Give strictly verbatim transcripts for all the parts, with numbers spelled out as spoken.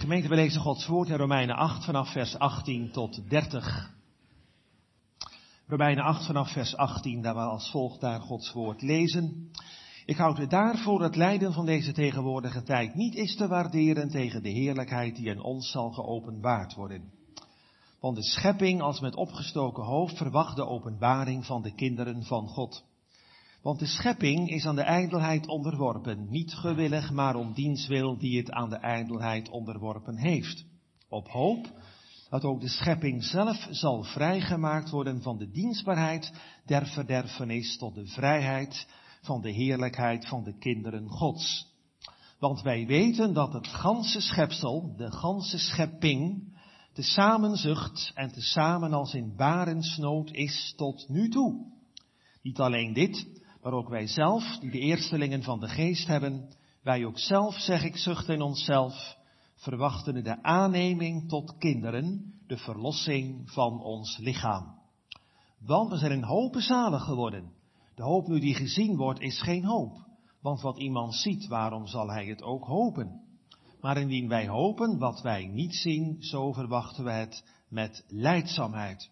Gemeente, we lezen Gods woord in Romeinen acht vanaf vers achttien tot dertig. Romeinen acht vanaf vers achttien, daar we als volgt daar Gods woord lezen. Ik houd het daarvoor het lijden van deze tegenwoordige tijd niet is te waarderen tegen de heerlijkheid die in ons zal geopenbaard worden. Want de schepping als met opgestoken hoofd verwacht de openbaring van de kinderen van God. Want de schepping is aan de ijdelheid onderworpen, niet gewillig, maar om diens wil die het aan de ijdelheid onderworpen heeft. Op hoop dat ook de schepping zelf zal vrijgemaakt worden van de dienstbaarheid der verderfenis tot de vrijheid van de heerlijkheid van de kinderen Gods. Want wij weten dat het ganse schepsel, de ganse schepping, tezamen zucht en tezamen als in barensnood is tot nu toe. Niet alleen dit, maar ook wij zelf, die de eerstelingen van de geest hebben, wij ook zelf, zeg ik, zuchten in onszelf, verwachten de aanneming tot kinderen, de verlossing van ons lichaam. Want we zijn in hope zalig geworden. De hoop nu die gezien wordt, is geen hoop. Want wat iemand ziet, waarom zal hij het ook hopen? Maar indien wij hopen wat wij niet zien, zo verwachten we het met lijdzaamheid.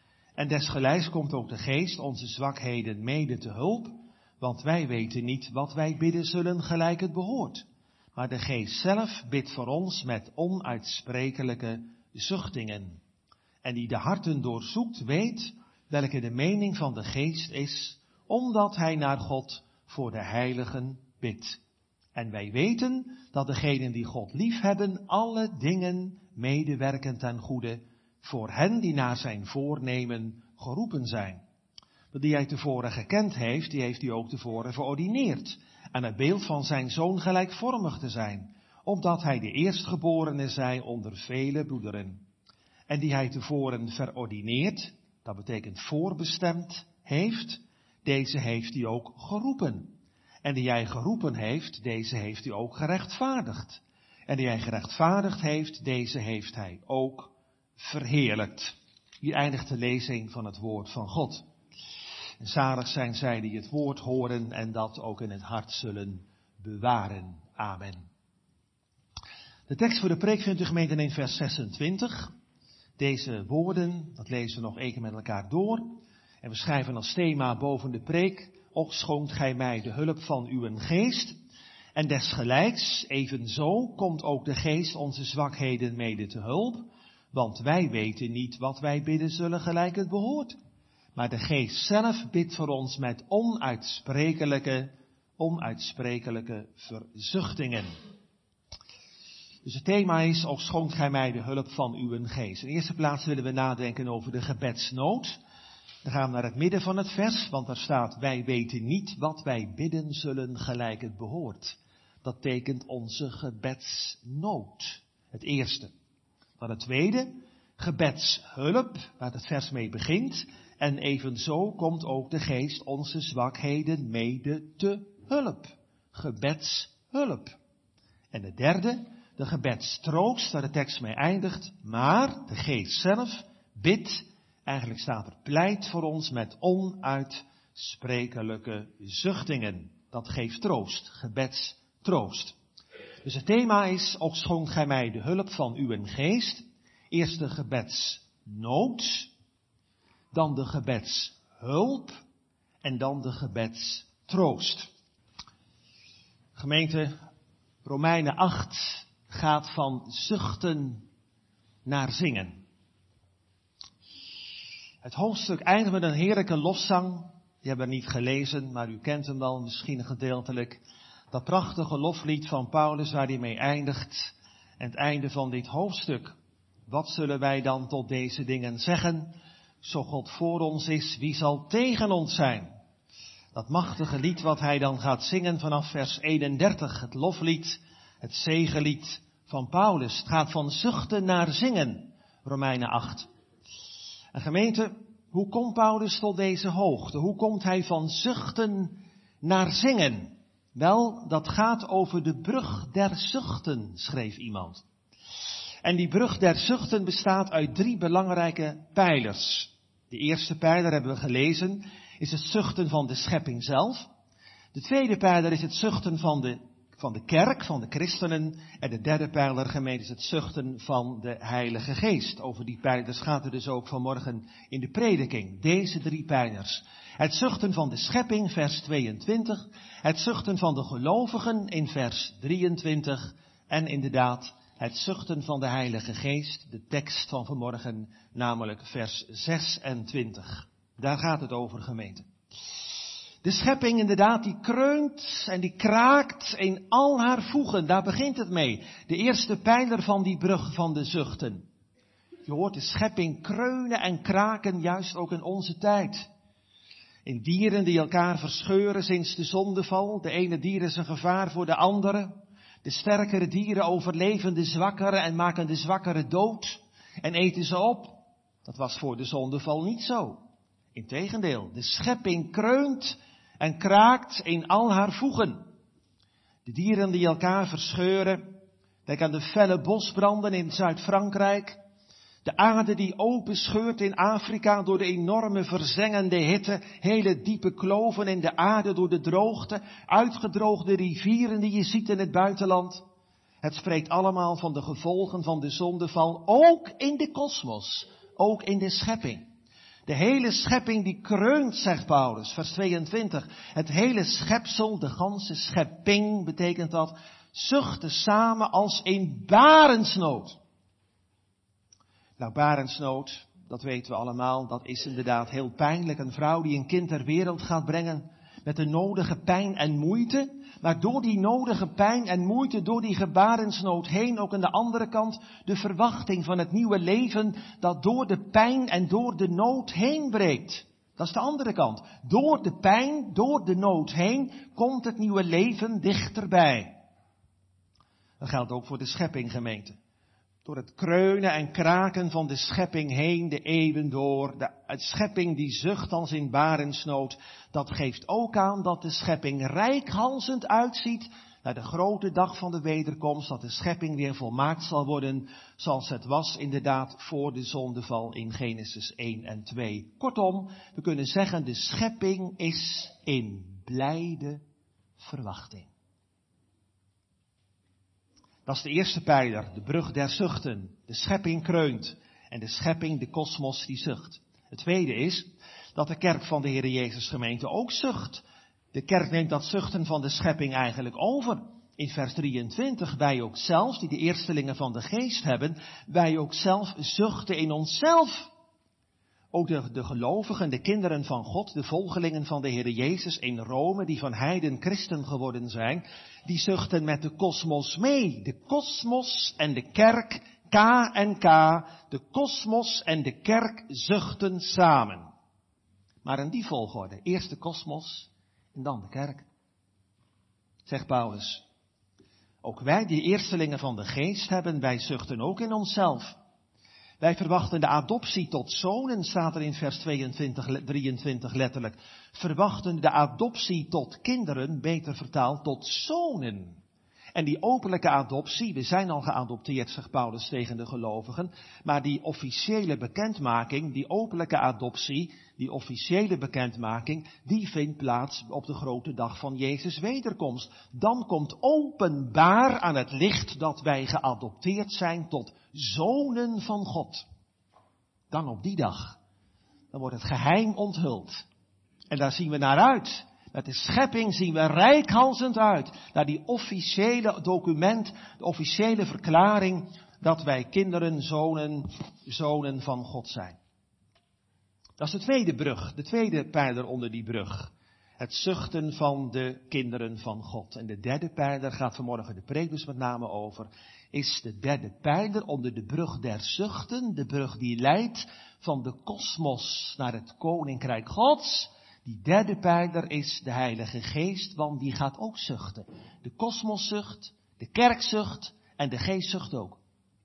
En desgelijks komt ook de geest onze zwakheden mede te hulp, want wij weten niet wat wij bidden zullen gelijk het behoort. Maar de geest zelf bidt voor ons met onuitsprekelijke zuchtingen. En die de harten doorzoekt, weet welke de mening van de geest is, omdat hij naar God voor de heiligen bidt. En wij weten dat degenen die God lief hebben, alle dingen medewerken ten goede, voor hen die naar zijn voornemen geroepen zijn. Want die hij tevoren gekend heeft, die heeft hij ook tevoren verordineerd, aan het beeld van zijn zoon gelijkvormig te zijn, opdat hij de eerstgeborene zij onder vele broederen. En die hij tevoren verordineerd, dat betekent voorbestemd, heeft, deze heeft hij ook geroepen. En die hij geroepen heeft, deze heeft hij ook gerechtvaardigd. En die hij gerechtvaardigd heeft, deze heeft hij ook verheerlijkt. Hier eindigt de lezing van het woord van God. En zalig zijn zij die het woord horen en dat ook in het hart zullen bewaren. Amen. De tekst voor de preek vindt u gemeente in vers zesentwintig. Deze woorden, dat lezen we nog één keer met elkaar door. En we schrijven als thema boven de preek: Och schonkt gij mij de hulp van uw geest. En desgelijks, evenzo, komt ook de geest onze zwakheden mede te hulp. Want wij weten niet wat wij bidden zullen gelijk het behoort. Maar de geest zelf bidt voor ons met onuitsprekelijke, onuitsprekelijke verzuchtingen. Dus het thema is, ook schonkt gij mij de hulp van uw geest. In de eerste plaats willen we nadenken over de gebedsnood. Dan gaan we naar het midden van het vers, want daar staat: wij weten niet wat wij bidden zullen gelijk het behoort. Dat tekent onze gebedsnood. Het eerste. Dan het tweede, gebedshulp, waar het vers mee begint. En evenzo komt ook de geest onze zwakheden mede te hulp. Gebedshulp. En het derde, de gebedstroost, waar de tekst mee eindigt. Maar de geest zelf bidt, eigenlijk staat er pleit voor ons met onuitsprekelijke zuchtingen. Dat geeft troost, gebedstroost. Dus het thema is, ook schonkt gij mij de hulp van uw geest. Eerst de gebedsnood, dan de gebedshulp en dan de gebedstroost. Gemeente, Romeinen acht gaat van zuchten naar zingen. Het hoofdstuk eindigt met een heerlijke lofzang. Die hebben we niet gelezen, maar u kent hem wel misschien gedeeltelijk. Dat prachtige loflied van Paulus waar hij mee eindigt. En het einde van dit hoofdstuk. Wat zullen wij dan tot deze dingen zeggen? Zo God voor ons is, wie zal tegen ons zijn? Dat machtige lied wat hij dan gaat zingen vanaf vers eenendertig. Het loflied, het zegenlied van Paulus. Het gaat van zuchten naar zingen. Romeinen acht. En gemeente, hoe komt Paulus tot deze hoogte? Hoe komt hij van zuchten naar zingen? Wel, dat gaat over de brug der zuchten, schreef iemand. En die brug der zuchten bestaat uit drie belangrijke pijlers. De eerste pijler, hebben we gelezen, is het zuchten van de schepping zelf. De tweede pijler is het zuchten van de van de kerk, van de christenen. En de derde pijler, gemeente, is het zuchten van de Heilige Geest. Over die pijlers gaat het dus ook vanmorgen in de prediking. Deze drie pijlers. Het zuchten van de schepping, vers tweeëntwintig. Het zuchten van de gelovigen in vers drieëntwintig. En inderdaad, het zuchten van de Heilige Geest, de tekst van vanmorgen, namelijk vers zesentwintig. Daar gaat het over, gemeente. De schepping inderdaad, die kreunt en die kraakt in al haar voegen. Daar begint het mee. De eerste pijler van die brug van de zuchten. Je hoort de schepping kreunen en kraken, juist ook in onze tijd. In dieren die elkaar verscheuren sinds de zondeval. De ene dier is een gevaar voor de andere. De sterkere dieren overleven de zwakkere en maken de zwakkere dood en eten ze op. Dat was voor de zondeval niet zo. Integendeel, de schepping kreunt en kraakt in al haar voegen. De dieren die elkaar verscheuren, denk aan de felle bosbranden in Zuid-Frankrijk. De aarde die openscheurt in Afrika door de enorme verzengende hitte. Hele diepe kloven in de aarde door de droogte. Uitgedroogde rivieren die je ziet in het buitenland. Het spreekt allemaal van de gevolgen van de zondeval. Ook in de kosmos. Ook in de schepping. De hele schepping die kreunt, zegt Paulus, vers tweeëntwintig. Het hele schepsel, de ganse schepping betekent dat, zuchten samen als in barensnood. Nou, barensnood, dat weten we allemaal, dat is inderdaad heel pijnlijk. Een vrouw die een kind ter wereld gaat brengen met de nodige pijn en moeite. Maar door die nodige pijn en moeite, door die gebarensnood heen, ook aan de andere kant, de verwachting van het nieuwe leven dat door de pijn en door de nood heen breekt. Dat is de andere kant. Door de pijn, door de nood heen, komt het nieuwe leven dichterbij. Dat geldt ook voor de schepping, gemeente. Door het kreunen en kraken van de schepping heen, de eeuwen door. De schepping die zucht als in barensnood. Dat geeft ook aan dat de schepping reikhalzend uitziet naar de grote dag van de wederkomst. Dat de schepping weer volmaakt zal worden zoals het was inderdaad voor de zondeval in Genesis één en twee. Kortom, we kunnen zeggen de schepping is in blijde verwachting. Dat is de eerste pijler, de brug der zuchten. De schepping kreunt en de schepping, de kosmos, die zucht. Het tweede is dat de kerk van de Heer Jezus gemeente ook zucht. De kerk neemt dat zuchten van de schepping eigenlijk over. In vers drieëntwintig, wij ook zelf, die de eerstelingen van de geest hebben, wij ook zelf zuchten in onszelf. Ook de, de gelovigen, de kinderen van God, de volgelingen van de Heer Jezus in Rome, die van heiden christen geworden zijn, die zuchten met de kosmos mee. De kosmos en de kerk, K en K, de kosmos en de kerk zuchten samen. Maar in die volgorde, eerst de kosmos en dan de kerk. Zegt Paulus, ook wij die eerstelingen van de geest hebben, wij zuchten ook in onszelf. Wij verwachten de adoptie tot zonen, staat er in vers tweeëntwintig, drieëntwintig letterlijk. Verwachten de adoptie tot kinderen, beter vertaald, tot zonen. En die openlijke adoptie, we zijn al geadopteerd, zegt Paulus tegen de gelovigen, maar die officiële bekendmaking, die openlijke adoptie, die officiële bekendmaking, die vindt plaats op de grote dag van Jezus' wederkomst. Dan komt openbaar aan het licht dat wij geadopteerd zijn tot zonen van God. Dan op die dag, dan wordt het geheim onthuld. En daar zien we naar uit. Met de schepping zien we reikhalzend uit naar die officiële document, de officiële verklaring dat wij kinderen, zonen, zonen van God zijn. Dat is de tweede brug, de tweede pijler onder die brug. Het zuchten van de kinderen van God. En de derde pijler gaat vanmorgen de preek dus met name over, is de derde pijler onder de brug der zuchten, de brug die leidt van de kosmos naar het koninkrijk Gods. Die derde pijler is de Heilige Geest, want die gaat ook zuchten. De kosmos zucht, de kerk zucht en de geest zucht ook.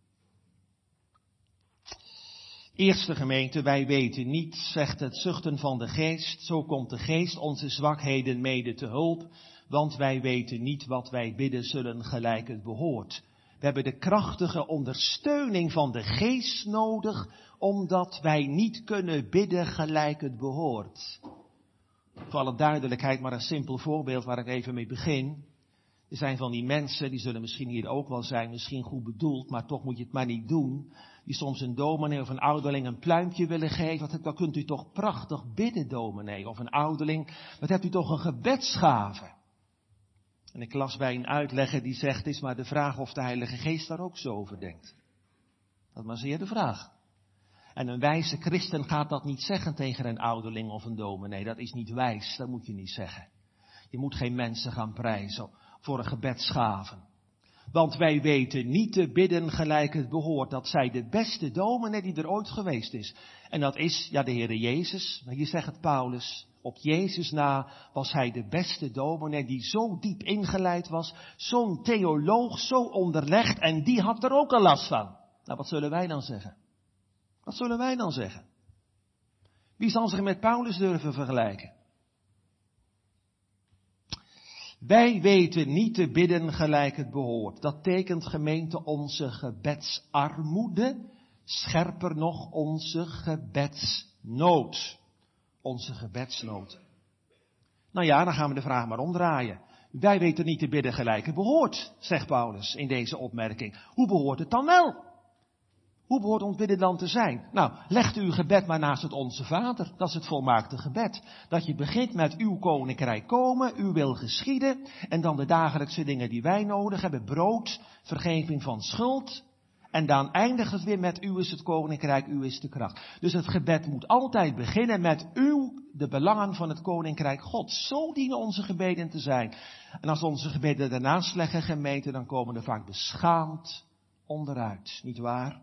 Eerste gemeente, wij weten niet, zegt het zuchten van de geest, zo komt de geest onze zwakheden mede te hulp, want wij weten niet wat wij bidden zullen gelijk het behoort. We hebben de krachtige ondersteuning van de geest nodig, omdat wij niet kunnen bidden gelijk het behoort. Voor alle duidelijkheid maar een simpel voorbeeld waar ik even mee begin. Er zijn van die mensen, die zullen misschien hier ook wel zijn, misschien goed bedoeld, maar toch moet je het maar niet doen. Die soms een dominee of een ouderling een pluimpje willen geven. Dan kunt u toch prachtig bidden, dominee. Of een ouderling, wat hebt u toch een gebedsgave. En ik las bij een uitlegger die zegt, het is maar de vraag of de Heilige Geest daar ook zo over denkt. Dat is maar zeer de vraag. En een wijze christen gaat dat niet zeggen tegen een ouderling of een dominee. Dat is niet wijs, dat moet je niet zeggen. Je moet geen mensen gaan prijzen voor een gebedsgave. Want wij weten niet te bidden gelijk het behoort. Dat zij de beste dominee die er ooit geweest is. En dat is, ja, de Heere Jezus. Maar hier zegt het Paulus, op Jezus na was hij de beste dominee die zo diep ingeleid was. Zo'n theoloog, zo onderlegd. En die had er ook al last van. Nou, wat zullen wij dan zeggen? Wat zullen wij dan zeggen? Wie zal zich met Paulus durven vergelijken? Wij weten niet te bidden gelijk het behoort. Dat tekent, gemeente, onze gebedsarmoede. Scherper nog, onze gebedsnood. Onze gebedsnood. Nou ja, dan gaan we de vraag maar omdraaien. Wij weten niet te bidden gelijk het behoort, zegt Paulus in deze opmerking. Hoe behoort het dan wel? Hoe behoort ons bidden dan te zijn? Nou, legt u uw gebed maar naast het Onze Vader. Dat is het volmaakte gebed. Dat je begint met uw koninkrijk komen, uw wil geschieden. En dan de dagelijkse dingen die wij nodig hebben. Brood, vergeving van schuld. En dan eindigt het weer met u is het koninkrijk, u is de kracht. Dus het gebed moet altijd beginnen met uw, de belangen van het koninkrijk God. Zo dienen onze gebeden te zijn. En als onze gebeden daarnaast leggen, gemeente, dan komen er vaak beschaamd onderuit. Niet waar?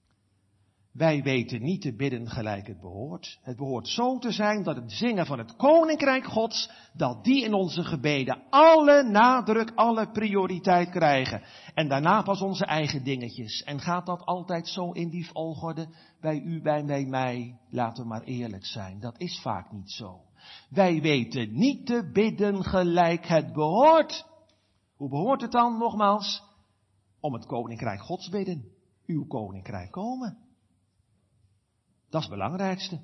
Wij weten niet te bidden gelijk het behoort. Het behoort zo te zijn dat het zingen van het koninkrijk Gods, dat die in onze gebeden alle nadruk, alle prioriteit krijgen. En daarna pas onze eigen dingetjes. En gaat dat altijd zo in die volgorde? Bij u, bij mij, mij. Laten we maar eerlijk zijn. Dat is vaak niet zo. Wij weten niet te bidden gelijk het behoort. Hoe behoort het dan, nogmaals? Om het koninkrijk Gods bidden. Uw koninkrijk komen. Dat is het belangrijkste.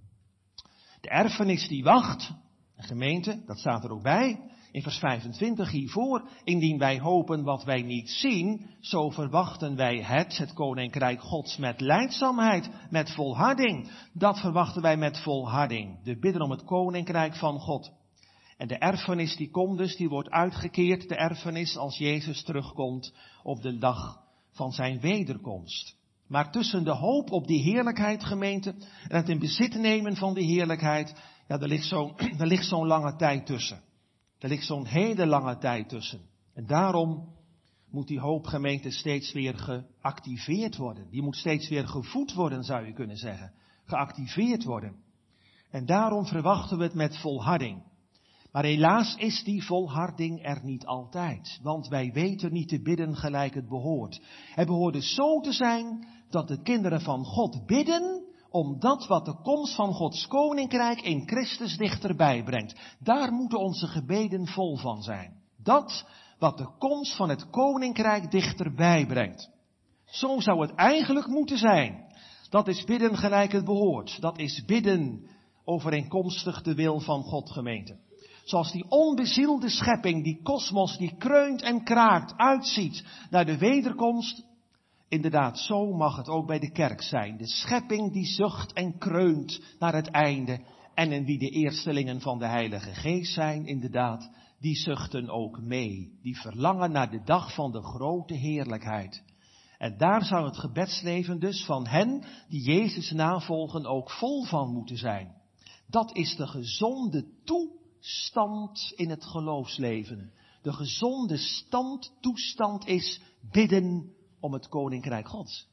De erfenis die wacht, de gemeente, dat staat er ook bij, in vers vijfentwintig hiervoor, indien wij hopen wat wij niet zien, zo verwachten wij het, het koninkrijk Gods, met lijdzaamheid, met volharding. Dat verwachten wij met volharding. De bidden om het koninkrijk van God. En de erfenis die komt dus, die wordt uitgekeerd, de erfenis als Jezus terugkomt op de dag van zijn wederkomst. Maar tussen de hoop op die heerlijkheid, gemeente, en het in bezit nemen van die heerlijkheid, ja, er ligt zo'n, er ligt zo'n lange tijd tussen. Er ligt zo'n hele lange tijd tussen. En daarom moet die hoop, gemeente, steeds weer geactiveerd worden. Die moet steeds weer gevoed worden, zou je kunnen zeggen. Geactiveerd worden. En daarom verwachten we het met volharding. Maar helaas is die volharding er niet altijd. Want wij weten niet te bidden gelijk het behoort. Het behoort dus zo te zijn dat de kinderen van God bidden om dat wat de komst van Gods koninkrijk in Christus dichterbij brengt. Daar moeten onze gebeden vol van zijn. Dat wat de komst van het koninkrijk dichterbij brengt. Zo zou het eigenlijk moeten zijn. Dat is bidden gelijk het behoort. Dat is bidden overeenkomstig de wil van God, gemeente. Zoals die onbezielde schepping, die kosmos, die kreunt en kraakt, uitziet naar de wederkomst. Inderdaad, zo mag het ook bij de kerk zijn. De schepping die zucht en kreunt naar het einde. En in wie de eerstelingen van de Heilige Geest zijn, inderdaad, die zuchten ook mee. Die verlangen naar de dag van de grote heerlijkheid. En daar zou het gebedsleven dus van hen die Jezus navolgen ook vol van moeten zijn. Dat is de gezonde toestand in het geloofsleven. De gezonde standtoestand is bidden om het koninkrijk Gods.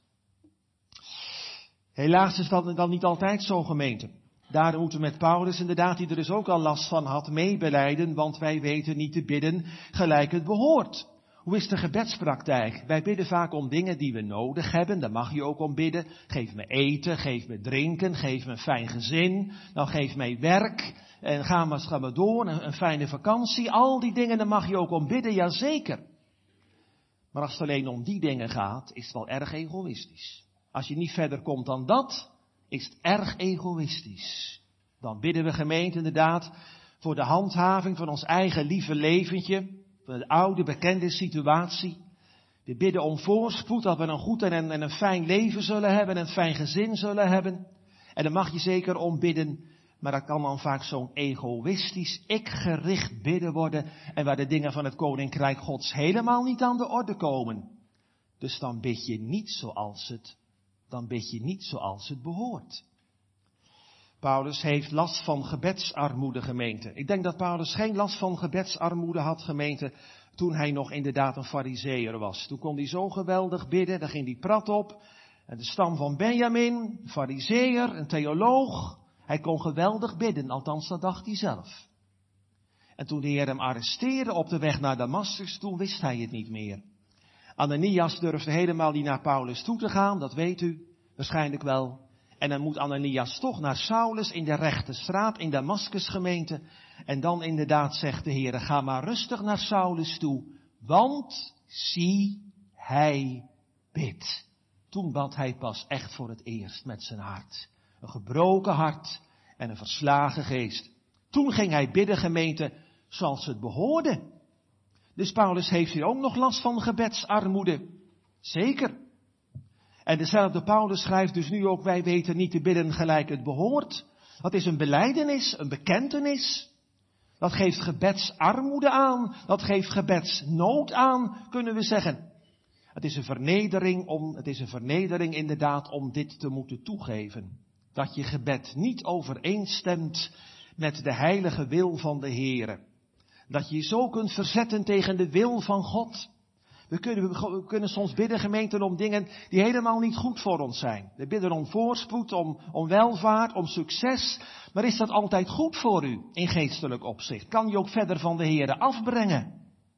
Helaas is dat dan niet altijd zo, gemeente. Daar moeten we met Paulus, inderdaad, die er dus ook al last van had, meebelijden, want wij weten niet te bidden gelijk het behoort. Hoe is de gebedspraktijk? Wij bidden vaak om dingen die we nodig hebben, daar mag je ook om bidden. Geef me eten, geef me drinken, geef me een fijn gezin, nou geef mij werk en ga maar, ga maar door, een, een fijne vakantie. Al die dingen, daar mag je ook om bidden, jazeker. Maar als het alleen om die dingen gaat, is het wel erg egoïstisch. Als je niet verder komt dan dat, is het erg egoïstisch. Dan bidden we, gemeente, inderdaad voor de handhaving van ons eigen lieve leventje. Van de oude bekende situatie. We bidden om voorspoed, dat we een goed en een, en een fijn leven zullen hebben, en een fijn gezin zullen hebben. En daar mag je zeker om bidden, maar dat kan dan vaak zo'n egoïstisch, ikgericht bidden worden, en waar de dingen van het Koninkrijk Gods helemaal niet aan de orde komen. Dus dan bid je niet zoals het, dan bid je niet zoals het behoort. Paulus heeft last van gebedsarmoede, gemeente. Ik denk dat Paulus geen last van gebedsarmoede had, gemeente, toen hij nog inderdaad een farizeeër was. Toen kon hij zo geweldig bidden, daar ging hij prat op. En de stam van Benjamin, farizeeër, een theoloog, hij kon geweldig bidden, althans dat dacht hij zelf. En toen de Heer hem arresteerde op de weg naar Damascus, toen wist hij het niet meer. Ananias durfde helemaal niet naar Paulus toe te gaan, dat weet u waarschijnlijk wel. En dan moet Ananias toch naar Saulus in de rechte straat in Damascus, gemeente. En dan inderdaad zegt de Heer, ga maar rustig naar Saulus toe, want zie, hij bidt. Toen bad hij pas echt voor het eerst met zijn hart. Een gebroken hart en een verslagen geest. Toen ging hij bidden, gemeente, zoals het behoorde. Dus Paulus heeft hier ook nog last van gebedsarmoede. Zeker. En dezelfde Paulus schrijft dus nu ook, wij weten niet te bidden gelijk het behoort. Dat is een belijdenis, een bekentenis. Dat geeft gebedsarmoede aan, dat geeft gebedsnood aan, kunnen we zeggen. Het is een vernedering om, het is een vernedering inderdaad om dit te moeten toegeven. Dat je gebed niet overeenstemt met de heilige wil van de Heere. Dat je je zo kunt verzetten tegen de wil van God. We kunnen, we kunnen soms bidden, gemeenten, om dingen die helemaal niet goed voor ons zijn. We bidden om voorspoed, om, om welvaart, om succes. Maar is dat altijd goed voor u in geestelijk opzicht? Kan je ook verder van de Heere afbrengen?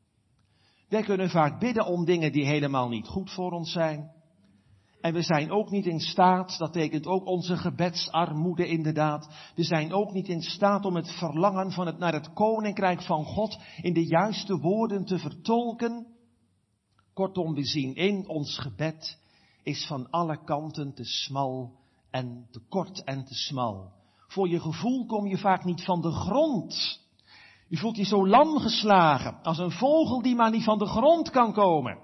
Wij kunnen vaak bidden om dingen die helemaal niet goed voor ons zijn. En we zijn ook niet in staat, dat betekent ook onze gebedsarmoede inderdaad. We zijn ook niet in staat om het verlangen van het, naar het Koninkrijk van God in de juiste woorden te vertolken. Kortom, we zien in, ons gebed is van alle kanten te smal en te kort en te smal. Voor je gevoel kom je vaak niet van de grond. Je voelt je zo lam geslagen, als een vogel die maar niet van de grond kan komen.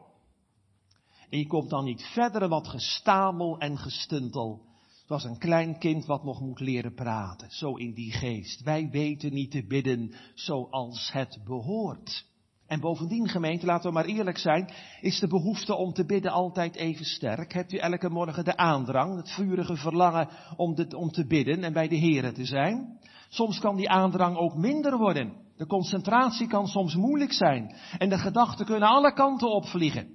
En je komt dan niet verder, wat gestamel en gestuntel. Zoals een klein kind wat nog moet leren praten, zo in die geest. Wij weten niet te bidden zoals het behoort. En bovendien, gemeente, laten we maar eerlijk zijn, is de behoefte om te bidden altijd even sterk. Hebt u elke morgen de aandrang, het vurige verlangen om, de, om te bidden en bij de Heere te zijn? Soms kan die aandrang ook minder worden. De concentratie kan soms moeilijk zijn. En de gedachten kunnen alle kanten opvliegen.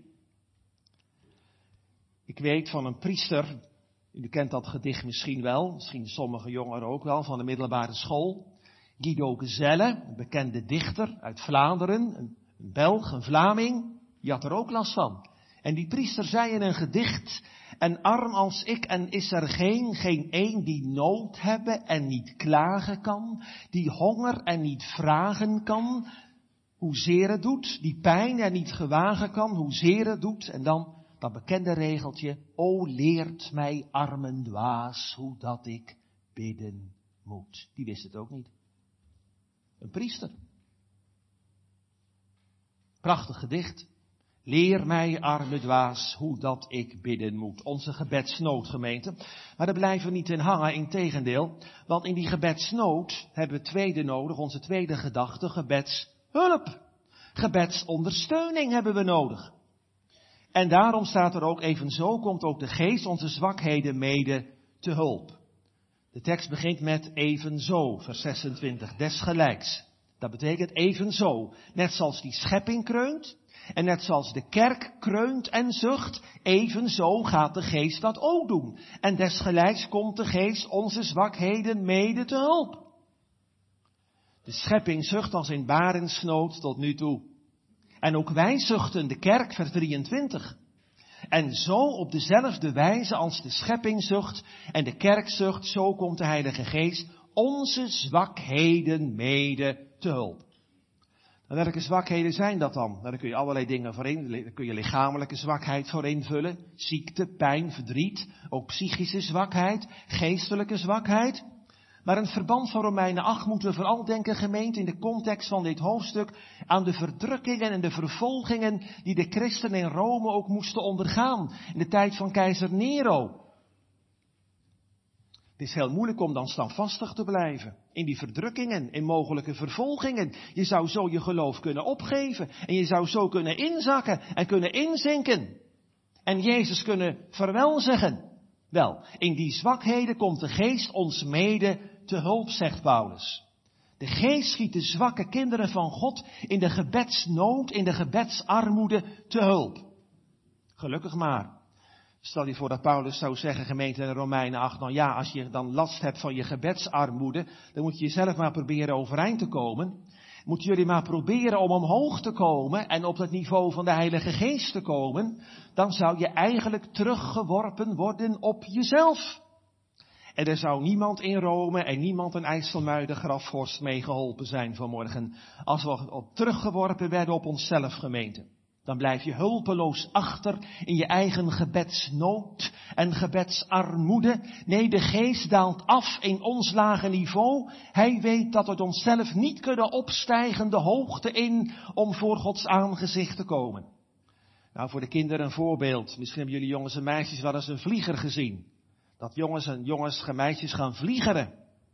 Ik weet van een priester, u kent dat gedicht misschien wel, misschien sommige jongeren ook wel, van de middelbare school. Guido Gezelle, een bekende dichter uit Vlaanderen, een, een Belg, een Vlaming, die had er ook last van. En die priester zei in een gedicht, en arm als ik en is er geen, geen een die nood hebben en niet klagen kan, die honger en niet vragen kan, hoezeer het doet, die pijn en niet gewagen kan, hoezeer het doet, en dan dat bekende regeltje, o leert mij armen dwaas, hoe dat ik bidden moet. Die wist het ook niet. Een priester. Prachtig gedicht. Leer mij, arme dwaas, hoe dat ik bidden moet. Onze gebedsnood, gemeente. Maar daar blijven we niet in hangen, integendeel. Want in die gebedsnood hebben we tweede nodig, onze tweede gedachte, gebedshulp. Gebedsondersteuning hebben we nodig. En daarom staat er ook, evenzo komt ook de geest onze zwakheden mede te hulp. De tekst begint met evenzo, vers zesentwintig, desgelijks. Dat betekent evenzo, net zoals die schepping kreunt, en net zoals de kerk kreunt en zucht, evenzo gaat de geest dat ook doen. En desgelijks komt de geest onze zwakheden mede te hulp. De schepping zucht als in barensnood tot nu toe. En ook wij zuchten, de kerk, vers drieëntwintig. En zo op dezelfde wijze als de schepping zucht en de kerk zucht, zo komt de Heilige Geest onze zwakheden mede te hulp. En welke zwakheden zijn dat dan? Daar kun je allerlei dingen voor in, daar kun je lichamelijke zwakheid voor invullen, ziekte, pijn, verdriet, ook psychische zwakheid, geestelijke zwakheid. Maar in het verband van Romeinen acht moeten we vooral denken, gemeente, in de context van dit hoofdstuk, aan de verdrukkingen en de vervolgingen die de christenen in Rome ook moesten ondergaan in de tijd van keizer Nero. Het is heel moeilijk om dan standvastig te blijven in die verdrukkingen, in mogelijke vervolgingen. Je zou zo je geloof kunnen opgeven en je zou zo kunnen inzakken en kunnen inzinken en Jezus kunnen verwelzeggen. Wel, in die zwakheden komt de geest ons mede te hulp, zegt Paulus. De geest schiet de zwakke kinderen van God in de gebedsnood, in de gebedsarmoede te hulp. Gelukkig maar. Stel je voor dat Paulus zou zeggen, gemeente in Romeinen acht, nou ja, als je dan last hebt van je gebedsarmoede, dan moet je jezelf maar proberen overeind te komen. Moeten jullie maar proberen om omhoog te komen en op het niveau van de Heilige Geest te komen, dan zou je eigenlijk teruggeworpen worden op jezelf. En er zou niemand in Rome en niemand een IJsselmuiden grafvorst mee geholpen zijn vanmorgen, als we op teruggeworpen werden op onszelf, gemeente. Dan blijf je hulpeloos achter in je eigen gebedsnood en gebedsarmoede. Nee, de geest daalt af in ons lage niveau. Hij weet dat we het onszelf niet kunnen opstijgen de hoogte in om voor Gods aangezicht te komen. Nou, voor de kinderen een voorbeeld. Misschien hebben jullie jongens en meisjes wel eens een vlieger gezien. Dat jongens en jongens en meisjes gaan vliegeren.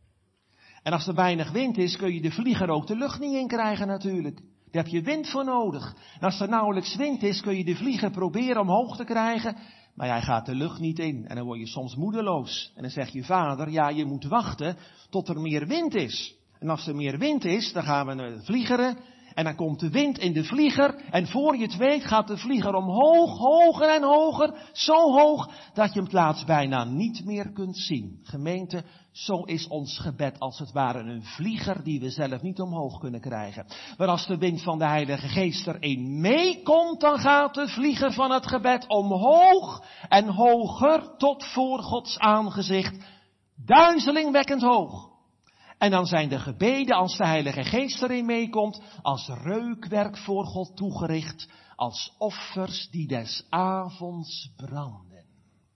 En als er weinig wind is, kun je de vlieger ook de lucht niet in krijgen natuurlijk. Daar heb je wind voor nodig. En als er nauwelijks wind is, kun je de vlieger proberen omhoog te krijgen. Maar hij gaat de lucht niet in. En dan word je soms moedeloos. En dan zegt je vader, ja, je moet wachten tot er meer wind is. En als er meer wind is, dan gaan we vliegeren. En dan komt de wind in de vlieger. En voor je het weet gaat de vlieger omhoog, hoger en hoger. Zo hoog dat je hem laatst bijna niet meer kunt zien. Gemeente, zo is ons gebed als het ware een vlieger die we zelf niet omhoog kunnen krijgen. Maar als de wind van de Heilige Geest erin meekomt, dan gaat de vlieger van het gebed omhoog en hoger tot voor Gods aangezicht. Duizelingwekkend hoog. En dan zijn de gebeden, als de Heilige Geest erin meekomt, als reukwerk voor God toegericht, als offers die des avonds branden.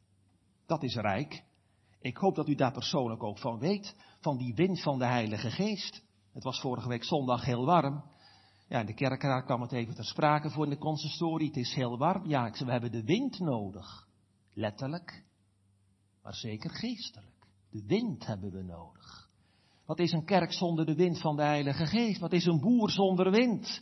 Dat is rijk. Ik hoop dat u daar persoonlijk ook van weet, van die wind van de Heilige Geest. Het was vorige week zondag heel warm. Ja, in de kerkraad kwam het even ter sprake voor in de consistorie. Het is heel warm. Ja, ik zei, we hebben de wind nodig. Letterlijk, maar zeker geestelijk. De wind hebben we nodig. Wat is een kerk zonder de wind van de Heilige Geest? Wat is een boer zonder wind?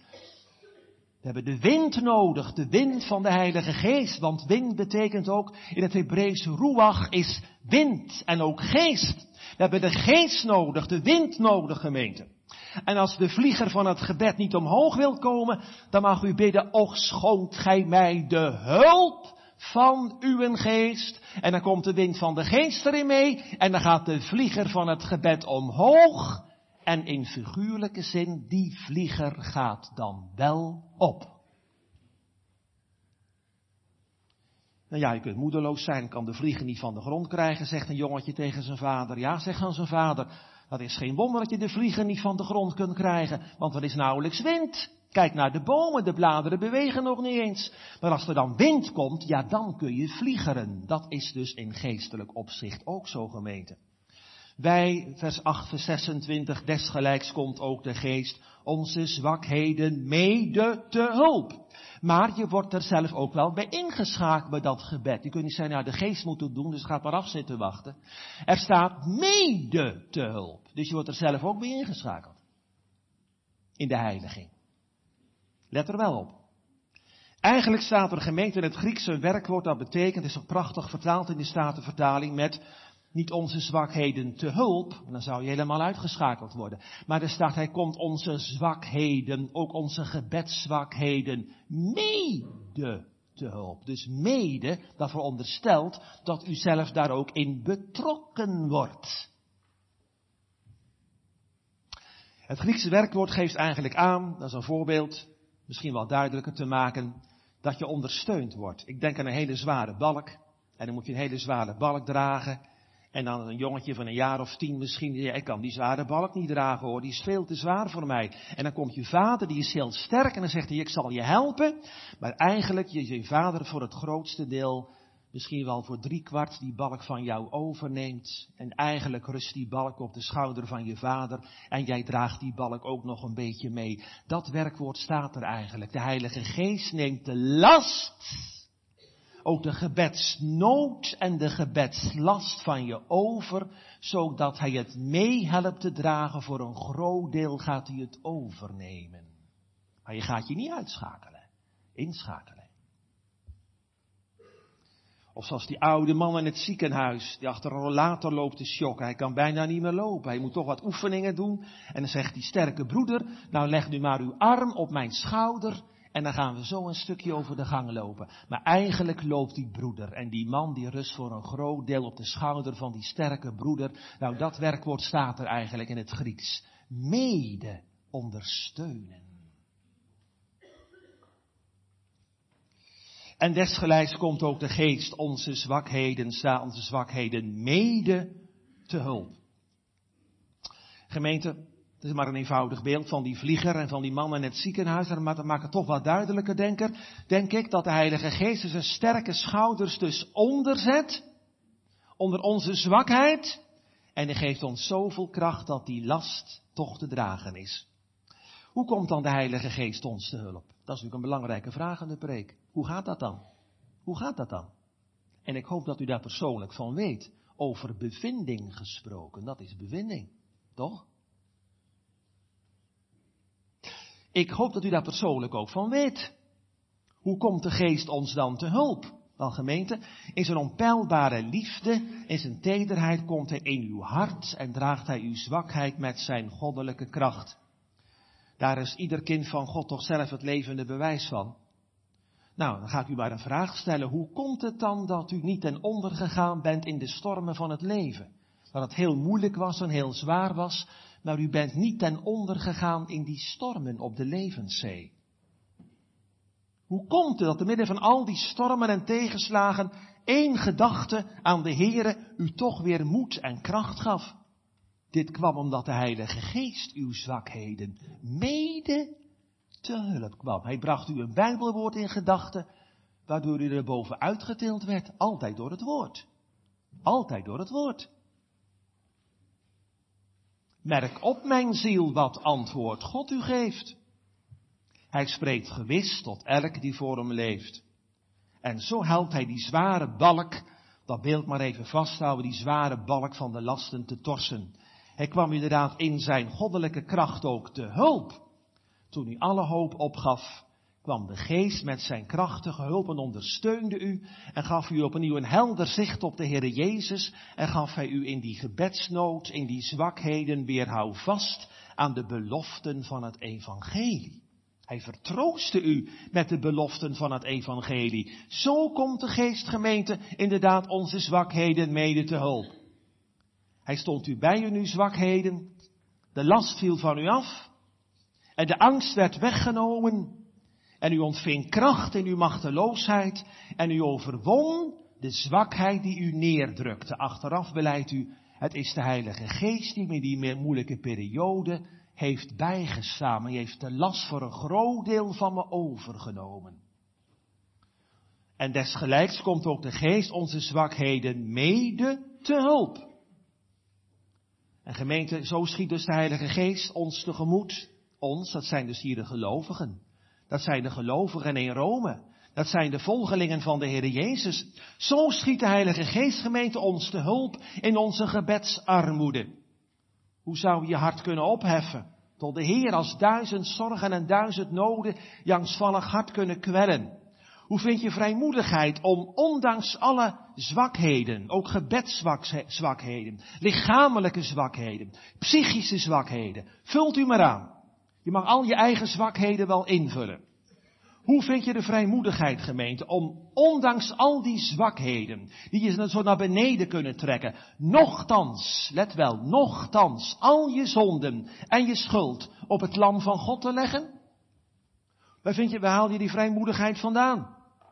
We hebben de wind nodig, de wind van de Heilige Geest. Want wind betekent ook, in het Hebreeuws, ruach is wind en ook geest. We hebben de geest nodig, de wind nodig, gemeente. En als de vlieger van het gebed niet omhoog wil komen, dan mag u bidden, och schoont gij mij de hulp van uw geest. En dan komt de wind van de geest erin mee. En dan gaat de vlieger van het gebed omhoog. En in figuurlijke zin, die vlieger gaat dan wel op. Nou ja, je kunt moedeloos zijn, kan de vlieger niet van de grond krijgen, zegt een jongetje tegen zijn vader. Ja, zegt dan zijn vader, dat is geen wonder dat je de vlieger niet van de grond kunt krijgen, want er is nauwelijks wind. Kijk naar de bomen, de bladeren bewegen nog niet eens. Maar als er dan wind komt, ja, dan kun je vliegeren. Dat is dus in geestelijk opzicht ook zo, gemeente. Wij, vers acht, vers zesentwintig, desgelijks komt ook de geest onze zwakheden mede te hulp. Maar je wordt er zelf ook wel bij ingeschakeld bij dat gebed. Je kunt niet zeggen, nou, de geest moet het doen, dus ga maar af zitten wachten. Er staat mede te hulp. Dus je wordt er zelf ook bij ingeschakeld. In de heiliging. Let er wel op. Eigenlijk staat er, gemeente, in het Griekse een werkwoord dat betekent, het is ook prachtig vertaald in de Statenvertaling met niet onze zwakheden te hulp, dan zou je helemaal uitgeschakeld worden. Maar er staat, hij komt onze zwakheden, ook onze gebedszwakheden, mede te hulp. Dus mede, dat veronderstelt dat u zelf daar ook in betrokken wordt. Het Griekse werkwoord geeft eigenlijk aan, dat is een voorbeeld, misschien wel duidelijker te maken, dat je ondersteund wordt. Ik denk aan een hele zware balk, en dan moet je een hele zware balk dragen. En dan een jongetje van een jaar of tien misschien, ja, ik kan die zware balk niet dragen hoor, die is veel te zwaar voor mij. En dan komt je vader, die is heel sterk en dan zegt hij, ik zal je helpen. Maar eigenlijk is je vader voor het grootste deel misschien wel voor driekwart die balk van jou overneemt. En eigenlijk rust die balk op de schouder van je vader. En jij draagt die balk ook nog een beetje mee. Dat werkwoord staat er eigenlijk. De Heilige Geest neemt de last, ook de gebedsnood en de gebedslast van je over. Zodat hij het mee helpt te dragen. Voor een groot deel gaat hij het overnemen. Maar je gaat je niet uitschakelen. Inschakelen. Of zoals die oude man in het ziekenhuis, die achter een rollator loopt te shocken. Hij kan bijna niet meer lopen. Hij moet toch wat oefeningen doen. En dan zegt die sterke broeder, nou leg nu maar uw arm op mijn schouder. En dan gaan we zo een stukje over de gang lopen. Maar eigenlijk loopt die broeder. En die man die rust voor een groot deel op de schouder van die sterke broeder. Nou, dat werkwoord staat er eigenlijk in het Grieks. Mede ondersteunen. En desgelijks komt ook de Geest onze zwakheden, sta onze zwakheden mede te hulp. Gemeente, het is maar een eenvoudig beeld van die vlieger en van die man in het ziekenhuis. Maar dat maakt het toch wat duidelijker, denker, denk ik, dat de Heilige Geest zijn sterke schouders dus onderzet, onder onze zwakheid. En hij geeft ons zoveel kracht dat die last toch te dragen is. Hoe komt dan de Heilige Geest ons te hulp? Dat is natuurlijk een belangrijke vraag in de preek. Hoe gaat dat dan? Hoe gaat dat dan? En ik hoop dat u daar persoonlijk van weet. Over bevinding gesproken. Dat is bevinding. Toch? Ik hoop dat u daar persoonlijk ook van weet. Hoe komt de Geest ons dan te hulp? Wel gemeente, in zijn onpeilbare liefde, in zijn tederheid komt hij in uw hart en draagt hij uw zwakheid met zijn goddelijke kracht. Daar is ieder kind van God toch zelf het levende bewijs van. Nou, dan ga ik u maar een vraag stellen. Hoe komt het dan dat u niet ten onder gegaan bent in de stormen van het leven? Dat het heel moeilijk was en heel zwaar was, maar u bent niet ten onder gegaan in die stormen op de levenszee. Hoe komt het dat te midden van al die stormen en tegenslagen één gedachte aan de Heere u toch weer moed en kracht gaf? Dit kwam omdat de Heilige Geest uw zwakheden mede te hulp kwam. Hij bracht u een Bijbelwoord in gedachten, waardoor u er bovenuit getild werd. Altijd door het woord. Altijd door het woord. Merk op, mijn ziel, wat antwoord God u geeft. Hij spreekt gewis tot elk die voor hem leeft. En zo helpt hij die zware balk, dat beeld maar even vasthouden, die zware balk van de lasten te torsen. Hij kwam inderdaad in zijn goddelijke kracht ook te hulp. Toen u alle hoop opgaf, kwam de Geest met zijn krachtige hulp en ondersteunde u en gaf u opnieuw een helder zicht op de Heere Jezus en gaf hij u in die gebedsnood, in die zwakheden weer houvast aan de beloften van het evangelie. Hij vertroostte u met de beloften van het evangelie. Zo komt de Geest, gemeente, inderdaad onze zwakheden mede te hulp. Hij stond u bij in uw zwakheden, de last viel van u af en de angst werd weggenomen en u ontving kracht in uw machteloosheid en u overwon de zwakheid die u neerdrukte. Achteraf beleidt u, het is de Heilige Geest die me die meer moeilijke periode heeft bijgestaan. Hij heeft de last voor een groot deel van me overgenomen. En desgelijks komt ook de Geest onze zwakheden mede te hulp. En gemeente, zo schiet dus de Heilige Geest ons tegemoet. Ons, dat zijn dus hier de gelovigen. Dat zijn de gelovigen in Rome. Dat zijn de volgelingen van de Heer Jezus. Zo schiet de Heilige Geest, gemeente, ons te hulp in onze gebedsarmoede. Hoe zou je je hart kunnen opheffen tot de Heer als duizend zorgen en duizend noden je angstvallig hart kunnen kwellen? Hoe vind je vrijmoedigheid om ondanks alle zwakheden, ook gebedszwakheden, lichamelijke zwakheden, psychische zwakheden, vult u maar aan. Je mag al je eigen zwakheden wel invullen. Hoe vind je de vrijmoedigheid, gemeente, om ondanks al die zwakheden, die je zo naar beneden kunnen trekken, nochtans, let wel, nochtans, al je zonden en je schuld op het lam van God te leggen? Waar vind je, waar haal je die vrijmoedigheid vandaan?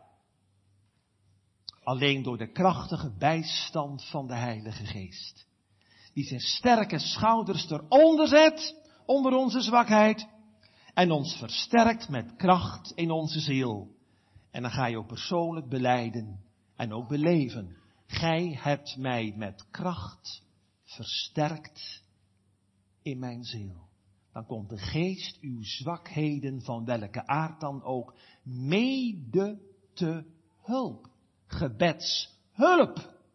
Alleen door de krachtige bijstand van de Heilige Geest. Die zijn sterke schouders eronder zet, onder onze zwakheid. En ons versterkt met kracht in onze ziel. En dan ga je ook persoonlijk belijden. en ook beleven. Gij hebt mij met kracht versterkt in mijn ziel. Dan komt de geest uw zwakheden van welke aard dan ook mede te hulp. Gebedshulp.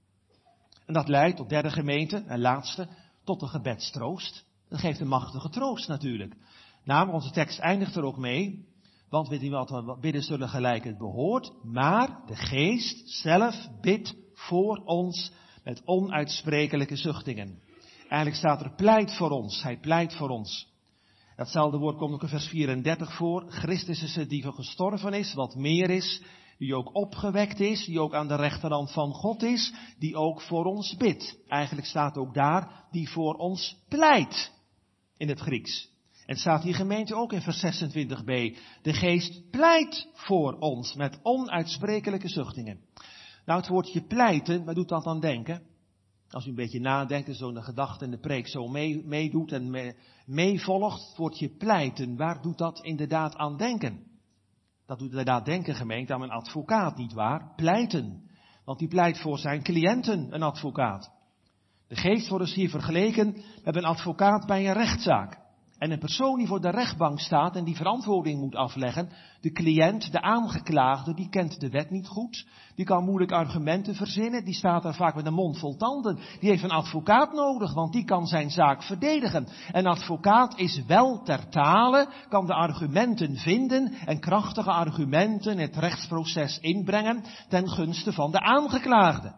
En dat leidt tot derde gemeente en laatste tot de gebedstroost. Dat geeft een machtige troost natuurlijk. Namelijk, onze tekst eindigt er ook mee. Want weet u wat we bidden zullen gelijk het behoort. Maar de geest zelf bidt voor ons met onuitsprekelijke zuchtingen. Eigenlijk staat er pleit voor ons. Hij pleit voor ons. Datzelfde woord komt ook in vers vierendertig voor. Christus is het die gestorven is, wat meer is. Die ook opgewekt is, die ook aan de rechterhand van God is, die ook voor ons bidt. Eigenlijk staat ook daar, die voor ons pleit, in het Grieks. En staat hier gemeente ook in vers zesentwintig b. De geest pleit voor ons met onuitsprekelijke zuchtingen. Nou, het woordje pleiten, waar doet dat aan denken? Als u een beetje nadenkt en zo de gedachte en de preek zo mee, meedoet en mee, meevolgt, het woordje pleiten, waar doet dat inderdaad aan denken? Dat doet inderdaad denken, gemeente, aan een advocaat, nietwaar? Pleiten. Want die pleit voor zijn cliënten, een advocaat. De geest wordt dus hier vergeleken met een advocaat bij een rechtszaak. En een persoon die voor de rechtbank staat en die verantwoording moet afleggen, de cliënt, de aangeklaagde, die kent de wet niet goed, die kan moeilijk argumenten verzinnen, die staat daar vaak met een mond vol tanden. Die heeft een advocaat nodig, want die kan zijn zaak verdedigen. Een advocaat is wel ter tale, kan de argumenten vinden en krachtige argumenten het rechtsproces inbrengen ten gunste van de aangeklaagde.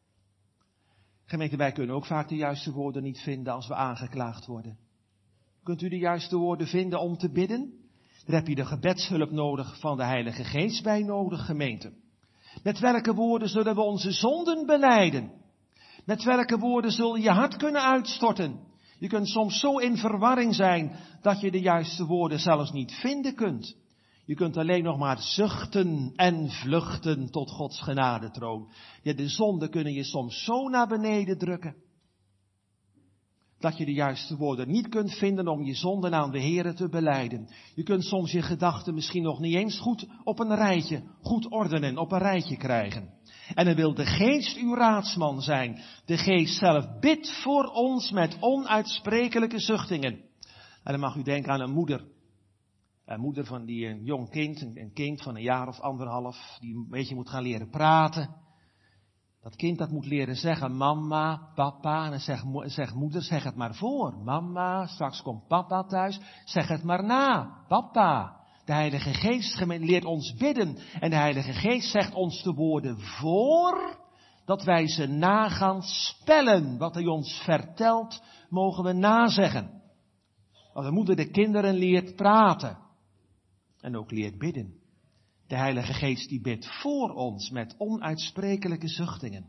Gemeente, wij kunnen ook vaak de juiste woorden niet vinden als we aangeklaagd worden. Kunt u de juiste woorden vinden om te bidden? Daar heb je de gebedshulp nodig van de Heilige Geest bij nodig, gemeente. Met welke woorden zullen we onze zonden belijden? Met welke woorden zul je je hart kunnen uitstorten? Je kunt soms zo in verwarring zijn dat je de juiste woorden zelfs niet vinden kunt. Je kunt alleen nog maar zuchten en vluchten tot Gods genadetroon. Ja, de zonden kunnen je soms zo naar beneden drukken, dat je de juiste woorden niet kunt vinden om je zonden aan de Here te belijden. Je kunt soms je gedachten misschien nog niet eens goed op een rijtje, goed ordenen, op een rijtje krijgen. En dan wil de geest uw raadsman zijn. De geest zelf bidt voor ons met onuitsprekelijke zuchtingen. En dan mag u denken aan een moeder. Een moeder van die een jong kind, een kind van een jaar of anderhalf, die een beetje moet gaan leren praten. Dat kind dat moet leren zeggen, mama, papa, en dan zegt, zegt moeder, zeg het maar voor. Mama, straks komt papa thuis, zeg het maar na, papa. De Heilige Geest leert ons bidden en de Heilige Geest zegt ons de woorden voor, dat wij ze na gaan spellen. Wat hij ons vertelt, mogen we nazeggen. Als de moeder de kinderen leert praten en ook leert bidden. De Heilige Geest die bidt voor ons met onuitsprekelijke zuchtingen.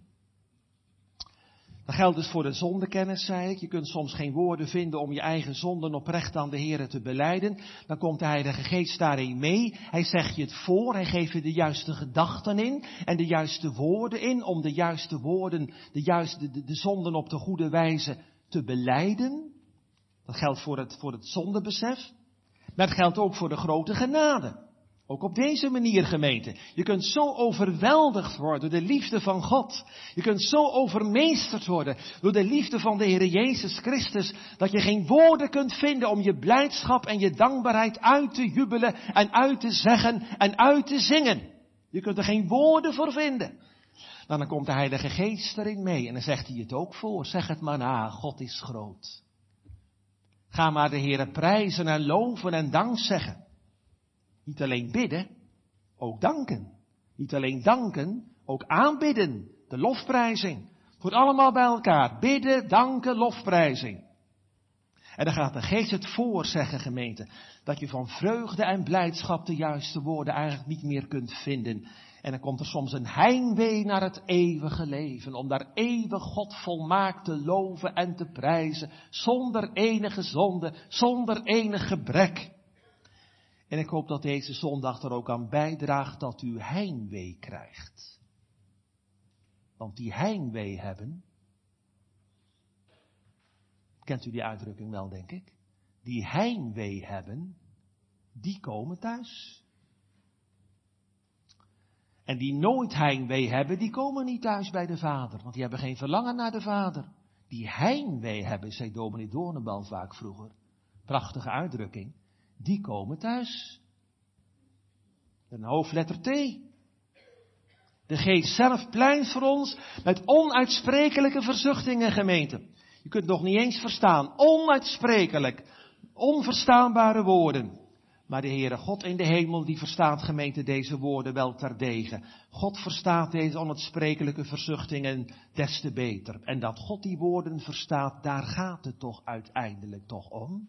Dat geldt dus voor de zondekennis, zei ik. Je kunt soms geen woorden vinden om je eigen zonden oprecht aan de Here te belijden. Dan komt de Heilige Geest daarin mee. Hij zegt je het voor, hij geeft je de juiste gedachten in en de juiste woorden in, om de juiste woorden, de, juiste, de, de zonden op de goede wijze te belijden. Dat geldt voor het, voor het zondebesef. Maar het geldt ook voor de grote genade. Ook op deze manier, gemeente. Je kunt zo overweldigd worden door de liefde van God. Je kunt zo overmeesterd worden door de liefde van de Heer Jezus Christus, dat je geen woorden kunt vinden om je blijdschap en je dankbaarheid uit te jubelen en uit te zeggen en uit te zingen. Je kunt er geen woorden voor vinden. Nou, dan komt de Heilige Geest erin mee en dan zegt hij het ook voor. Zeg het maar na, God is groot. Ga maar de Heere prijzen en loven en dank zeggen. Niet alleen bidden, ook danken. Niet alleen danken, ook aanbidden. De lofprijzing. Het wordt allemaal bij elkaar. Bidden, danken, lofprijzing. En dan gaat de Geest het voor zeggen, gemeente. Dat je van vreugde en blijdschap de juiste woorden eigenlijk niet meer kunt vinden. En dan komt er soms een heimwee naar het eeuwige leven. Om daar eeuwig God volmaakt te loven en te prijzen. Zonder enige zonde, zonder enig gebrek. En ik hoop dat deze zondag er ook aan bijdraagt dat u heimwee krijgt. Want die heimwee hebben, kent u die uitdrukking wel, denk ik? Die heimwee hebben, die komen thuis. En die nooit heimwee hebben, die komen niet thuis bij de Vader. Want die hebben geen verlangen naar de Vader. Die heimwee hebben, zei dominee Doornenbal vaak vroeger. Prachtige uitdrukking. Die komen thuis. Een hoofdletter T. De Geest zelf pleit voor ons met onuitsprekelijke verzuchtingen, gemeente. Je kunt het nog niet eens verstaan. Onuitsprekelijk. Onverstaanbare woorden. Maar de Heere God in de hemel, die verstaat, gemeente, deze woorden wel terdege. God verstaat deze onuitsprekelijke verzuchtingen des te beter. En dat God die woorden verstaat, daar gaat het toch uiteindelijk toch om.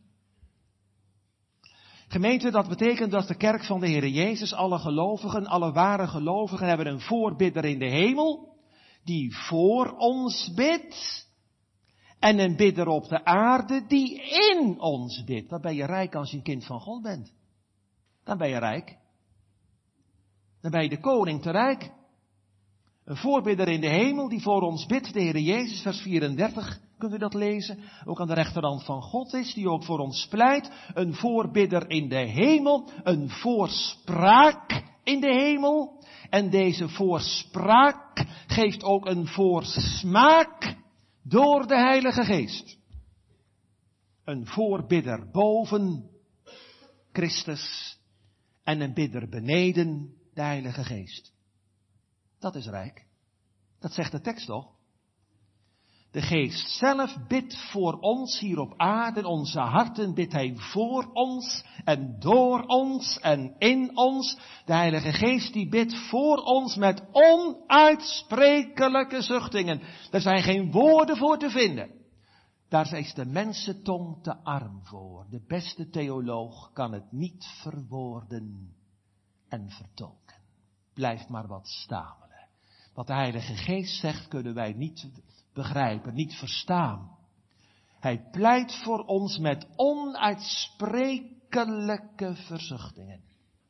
Gemeente, dat betekent dat de kerk van de Heere Jezus, alle gelovigen, alle ware gelovigen, hebben een voorbidder in de hemel, die voor ons bidt. En een bidder op de aarde, die in ons bidt. Dan ben je rijk als je een kind van God bent. Dan ben je rijk. Dan ben je de koning te rijk. Een voorbidder in de hemel die voor ons bidt, de Heere Jezus, vers vierendertig, kunt u dat lezen? Ook aan de rechterhand van God is, die ook voor ons pleit. Een voorbidder in de hemel, een voorspraak in de hemel. En deze voorspraak geeft ook een voorsmaak door de Heilige Geest. Een voorbidder boven Christus en een bidder beneden de Heilige Geest. Dat is rijk. Dat zegt de tekst toch? De Geest zelf bidt voor ons hier op aarde, in onze harten bidt Hij voor ons en door ons en in ons. De Heilige Geest die bidt voor ons met onuitsprekelijke zuchtingen. Er zijn geen woorden voor te vinden. Daar is de mensentong te arm voor. De beste theoloog kan het niet verwoorden en vertolken. Blijft maar wat stamelen. Wat de Heilige Geest zegt kunnen wij niet begrijpen, niet verstaan. Hij pleit voor ons met onuitsprekelijke verzuchtingen.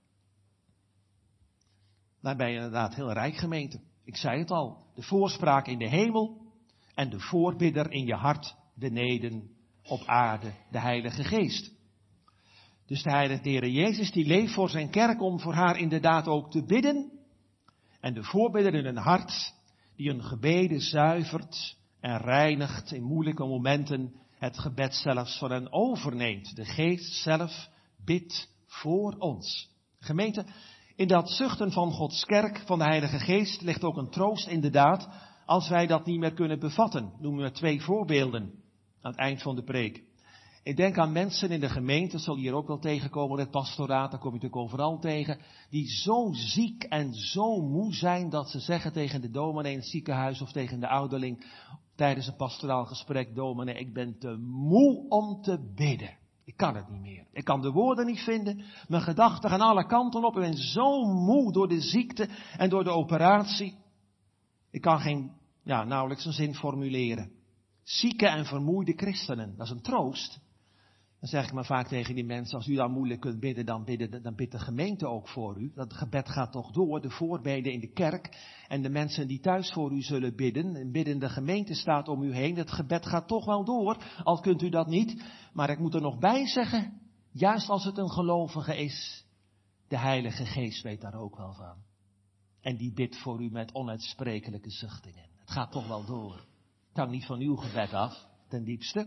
Daar ben je inderdaad heel rijk, gemeente. Ik zei het al, de voorspraak in de hemel en de voorbidder in je hart beneden op aarde, de Heilige Geest. Dus de Heilige Heere Jezus die leeft voor zijn kerk om voor haar inderdaad ook te bidden. En de voorbidder in een hart die een gebeden zuivert en reinigt in moeilijke momenten, het gebed zelfs van hen overneemt. De Geest zelf bidt voor ons. Gemeente, in dat zuchten van Gods kerk, van de Heilige Geest, ligt ook een troost inderdaad, als wij dat niet meer kunnen bevatten. Noem maar twee voorbeelden aan het eind van de preek. Ik denk aan mensen in de gemeente, zal je hier ook wel tegenkomen, het pastoraat, daar kom je natuurlijk overal tegen, die zo ziek en zo moe zijn dat ze zeggen tegen de dominee in het ziekenhuis of tegen de ouderling tijdens een pastoraal gesprek: dominee, ik ben te moe om te bidden. Ik kan het niet meer. Ik kan de woorden niet vinden. Mijn gedachten gaan alle kanten op. Ik ben zo moe door de ziekte en door de operatie. Ik kan geen, ja, nauwelijks een zin formuleren. Zieke en vermoeide christenen, dat is een troost. Dan zeg ik maar vaak tegen die mensen, als u dan moeilijk kunt bidden, dan, bidden, dan bidt de gemeente ook voor u. Dat gebed gaat toch door, de voorbeden in de kerk en de mensen die thuis voor u zullen bidden. En biddende gemeente staat om u heen, het gebed gaat toch wel door, al kunt u dat niet. Maar ik moet er nog bij zeggen, juist als het een gelovige is, de Heilige Geest weet daar ook wel van. En die bidt voor u met onuitsprekelijke zuchtingen. Het gaat toch wel door. Het hangt niet van uw gebed af, ten diepste.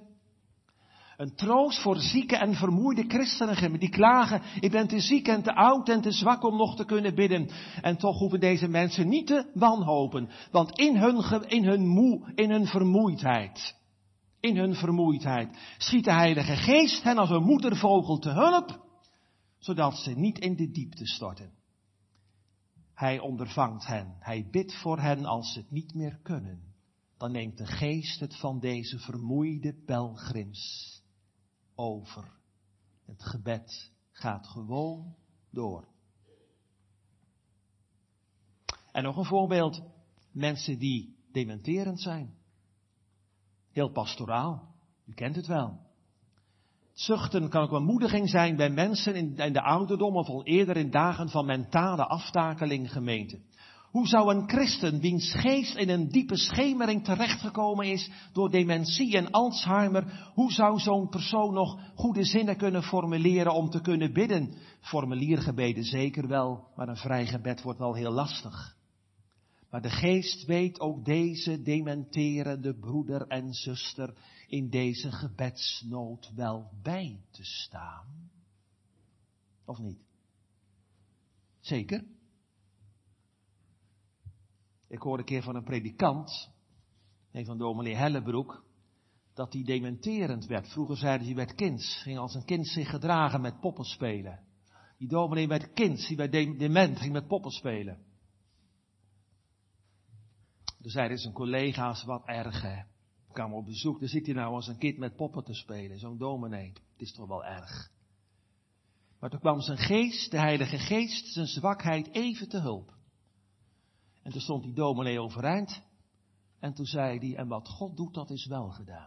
Een troost voor zieke en vermoeide christenen die klagen: ik ben te ziek en te oud en te zwak om nog te kunnen bidden. En toch hoeven deze mensen niet te wanhopen. Want in hun, in hun moe, in hun vermoeidheid, in hun vermoeidheid schiet de Heilige Geest hen als een moedervogel te hulp, zodat ze niet in de diepte storten. Hij ondervangt hen, hij bidt voor hen als ze het niet meer kunnen. Dan neemt de Geest het van deze vermoeide pelgrims over. Het gebed gaat gewoon door. En nog een voorbeeld. Mensen die dementerend zijn. Heel pastoraal. U kent het wel. Zuchten kan ook een moediging zijn bij mensen in de ouderdom of al eerder in dagen van mentale aftakeling, gemeente. Hoe zou een christen, wiens geest in een diepe schemering terechtgekomen is door dementie en Alzheimer, hoe zou zo'n persoon nog goede zinnen kunnen formuleren om te kunnen bidden? Formuliergebeden zeker wel, maar een vrij gebed wordt wel heel lastig. Maar de geest weet ook deze dementerende broeder en zuster in deze gebedsnood wel bij te staan. Of niet? Zeker. Ik hoorde een keer van een predikant, een van dominee Hellebroek, dat hij dementerend werd. Vroeger zeiden ze, hij werd kinds, ging als een kind zich gedragen met poppen spelen. Die dominee werd kinds, die werd dement, ging met poppen spelen. Toen zeiden zijn collega's, wat erg hè. Ik kwam op bezoek, dan zit hij nou als een kind met poppen te spelen, zo'n dominee. Het is toch wel erg. Maar toen kwam zijn geest, de Heilige Geest, zijn zwakheid even te hulp. En toen stond die dominee overeind. En toen zei hij, en wat God doet, dat is wel gedaan.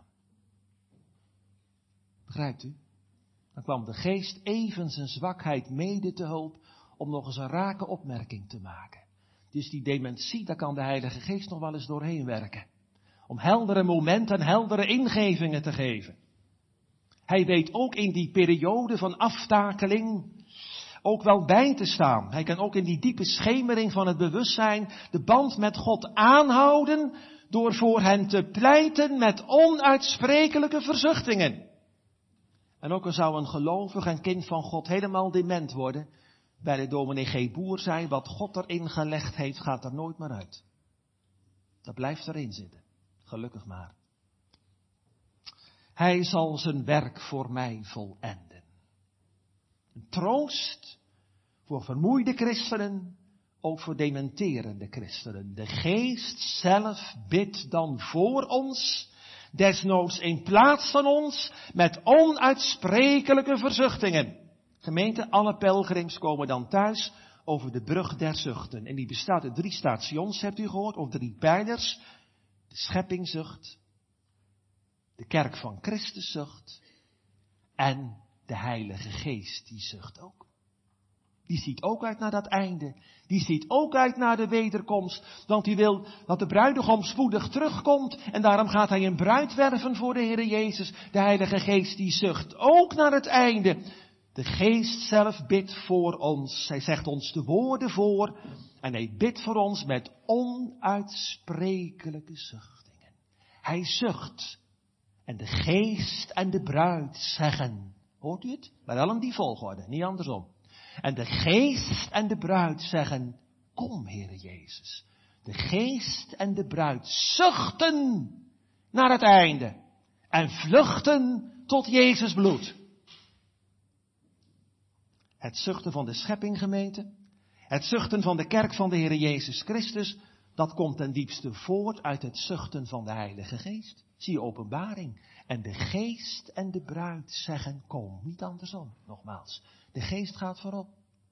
Begrijpt u? Dan kwam de geest even zijn zwakheid mede te hulp om nog eens een rake opmerking te maken. Dus die dementie, daar kan de Heilige Geest nog wel eens doorheen werken. Om heldere momenten, heldere ingevingen te geven. Hij weet ook in die periode van aftakeling ook wel bij te staan. Hij kan ook in die diepe schemering van het bewustzijn de band met God aanhouden door voor hen te pleiten met onuitsprekelijke verzuchtingen. En ook al zou een gelovig en kind van God helemaal dement worden, bij de dominee G. Boer zei, wat God erin gelegd heeft, gaat er nooit meer uit. Dat blijft erin zitten. Gelukkig maar. Hij zal zijn werk voor mij volenden. Een troost voor vermoeide christenen, ook voor dementerende christenen. De geest zelf bidt dan voor ons, desnoods in plaats van ons, met onuitsprekelijke verzuchtingen. Gemeente, alle pelgrims komen dan thuis over de brug der zuchten. En die bestaat uit drie stations, hebt u gehoord, of drie pijlers. De scheppingzucht, de kerk van Christus zucht en de Heilige Geest, die zucht ook. Die ziet ook uit naar dat einde. Die ziet ook uit naar de wederkomst. Want die wil dat de bruidegom spoedig terugkomt. En daarom gaat hij een bruid werven voor de Heer Jezus. De Heilige Geest die zucht ook naar het einde. De Geest zelf bidt voor ons. Hij zegt ons de woorden voor. En hij bidt voor ons met onuitsprekelijke zuchtingen. Hij zucht. En de Geest en de bruid zeggen. Hoort u het? Maar wel in die volgorde, niet andersom. En de Geest en de bruid zeggen, kom Heere Jezus. De Geest en de bruid zuchten naar het einde. En vluchten tot Jezus bloed. Het zuchten van de scheppinggemeente. Het zuchten van de kerk van de Heere Jezus Christus. Dat komt ten diepste voort uit het zuchten van de Heilige Geest. Zie je Openbaring. En de Geest en de bruid zeggen, kom. Niet andersom, nogmaals. De Geest gaat voorop.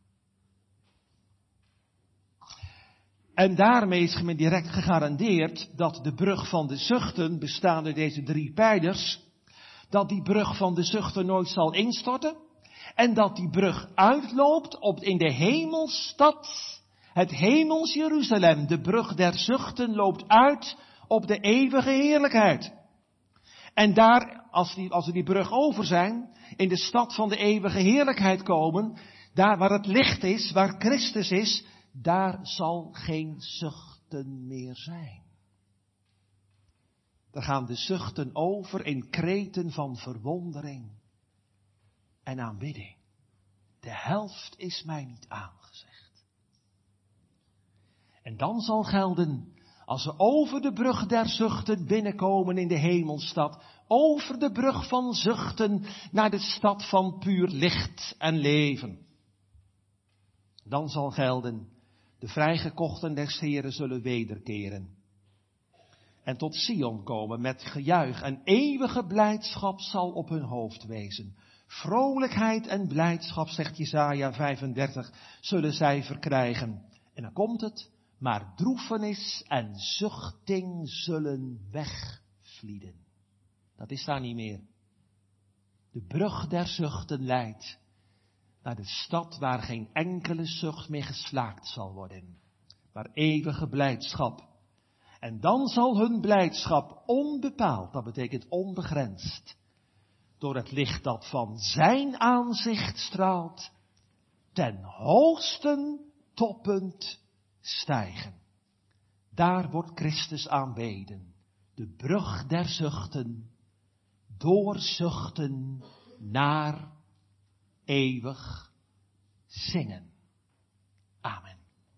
En daarmee is me direct gegarandeerd dat de brug van de zuchten, bestaande uit deze drie pijlers, dat die brug van de zuchten nooit zal instorten. En dat die brug uitloopt op in de hemelstad, het hemels Jeruzalem. De brug der zuchten loopt uit op de eeuwige heerlijkheid. En daar, als, die, als we die brug over zijn, in de stad van de eeuwige heerlijkheid komen, daar waar het licht is, waar Christus is, daar zal geen zuchten meer zijn. Daar gaan de zuchten over in kreten van verwondering en aanbidding. De helft is mij niet aangezegd. En dan zal gelden, als we over de brug der zuchten binnenkomen in de hemelstad, over de brug van zuchten naar de stad van puur licht en leven. Dan zal gelden, de vrijgekochten des Heren zullen wederkeren. En tot Sion komen met gejuich en eeuwige blijdschap zal op hun hoofd wezen. Vrolijkheid en blijdschap, zegt Jesaja vijfendertig, zullen zij verkrijgen. En dan komt het, maar droefenis en zuchting zullen wegvlieden. Dat is daar niet meer. De brug der zuchten leidt naar de stad waar geen enkele zucht meer geslaakt zal worden. naar eeuwige blijdschap. En dan zal hun blijdschap onbepaald, dat betekent onbegrensd, door het licht dat van zijn aanzicht straalt, ten hoogsten toppunt stijgen. Daar wordt Christus aanbeden, de brug der zuchten, doorzuchten naar eeuwig zingen. Amen.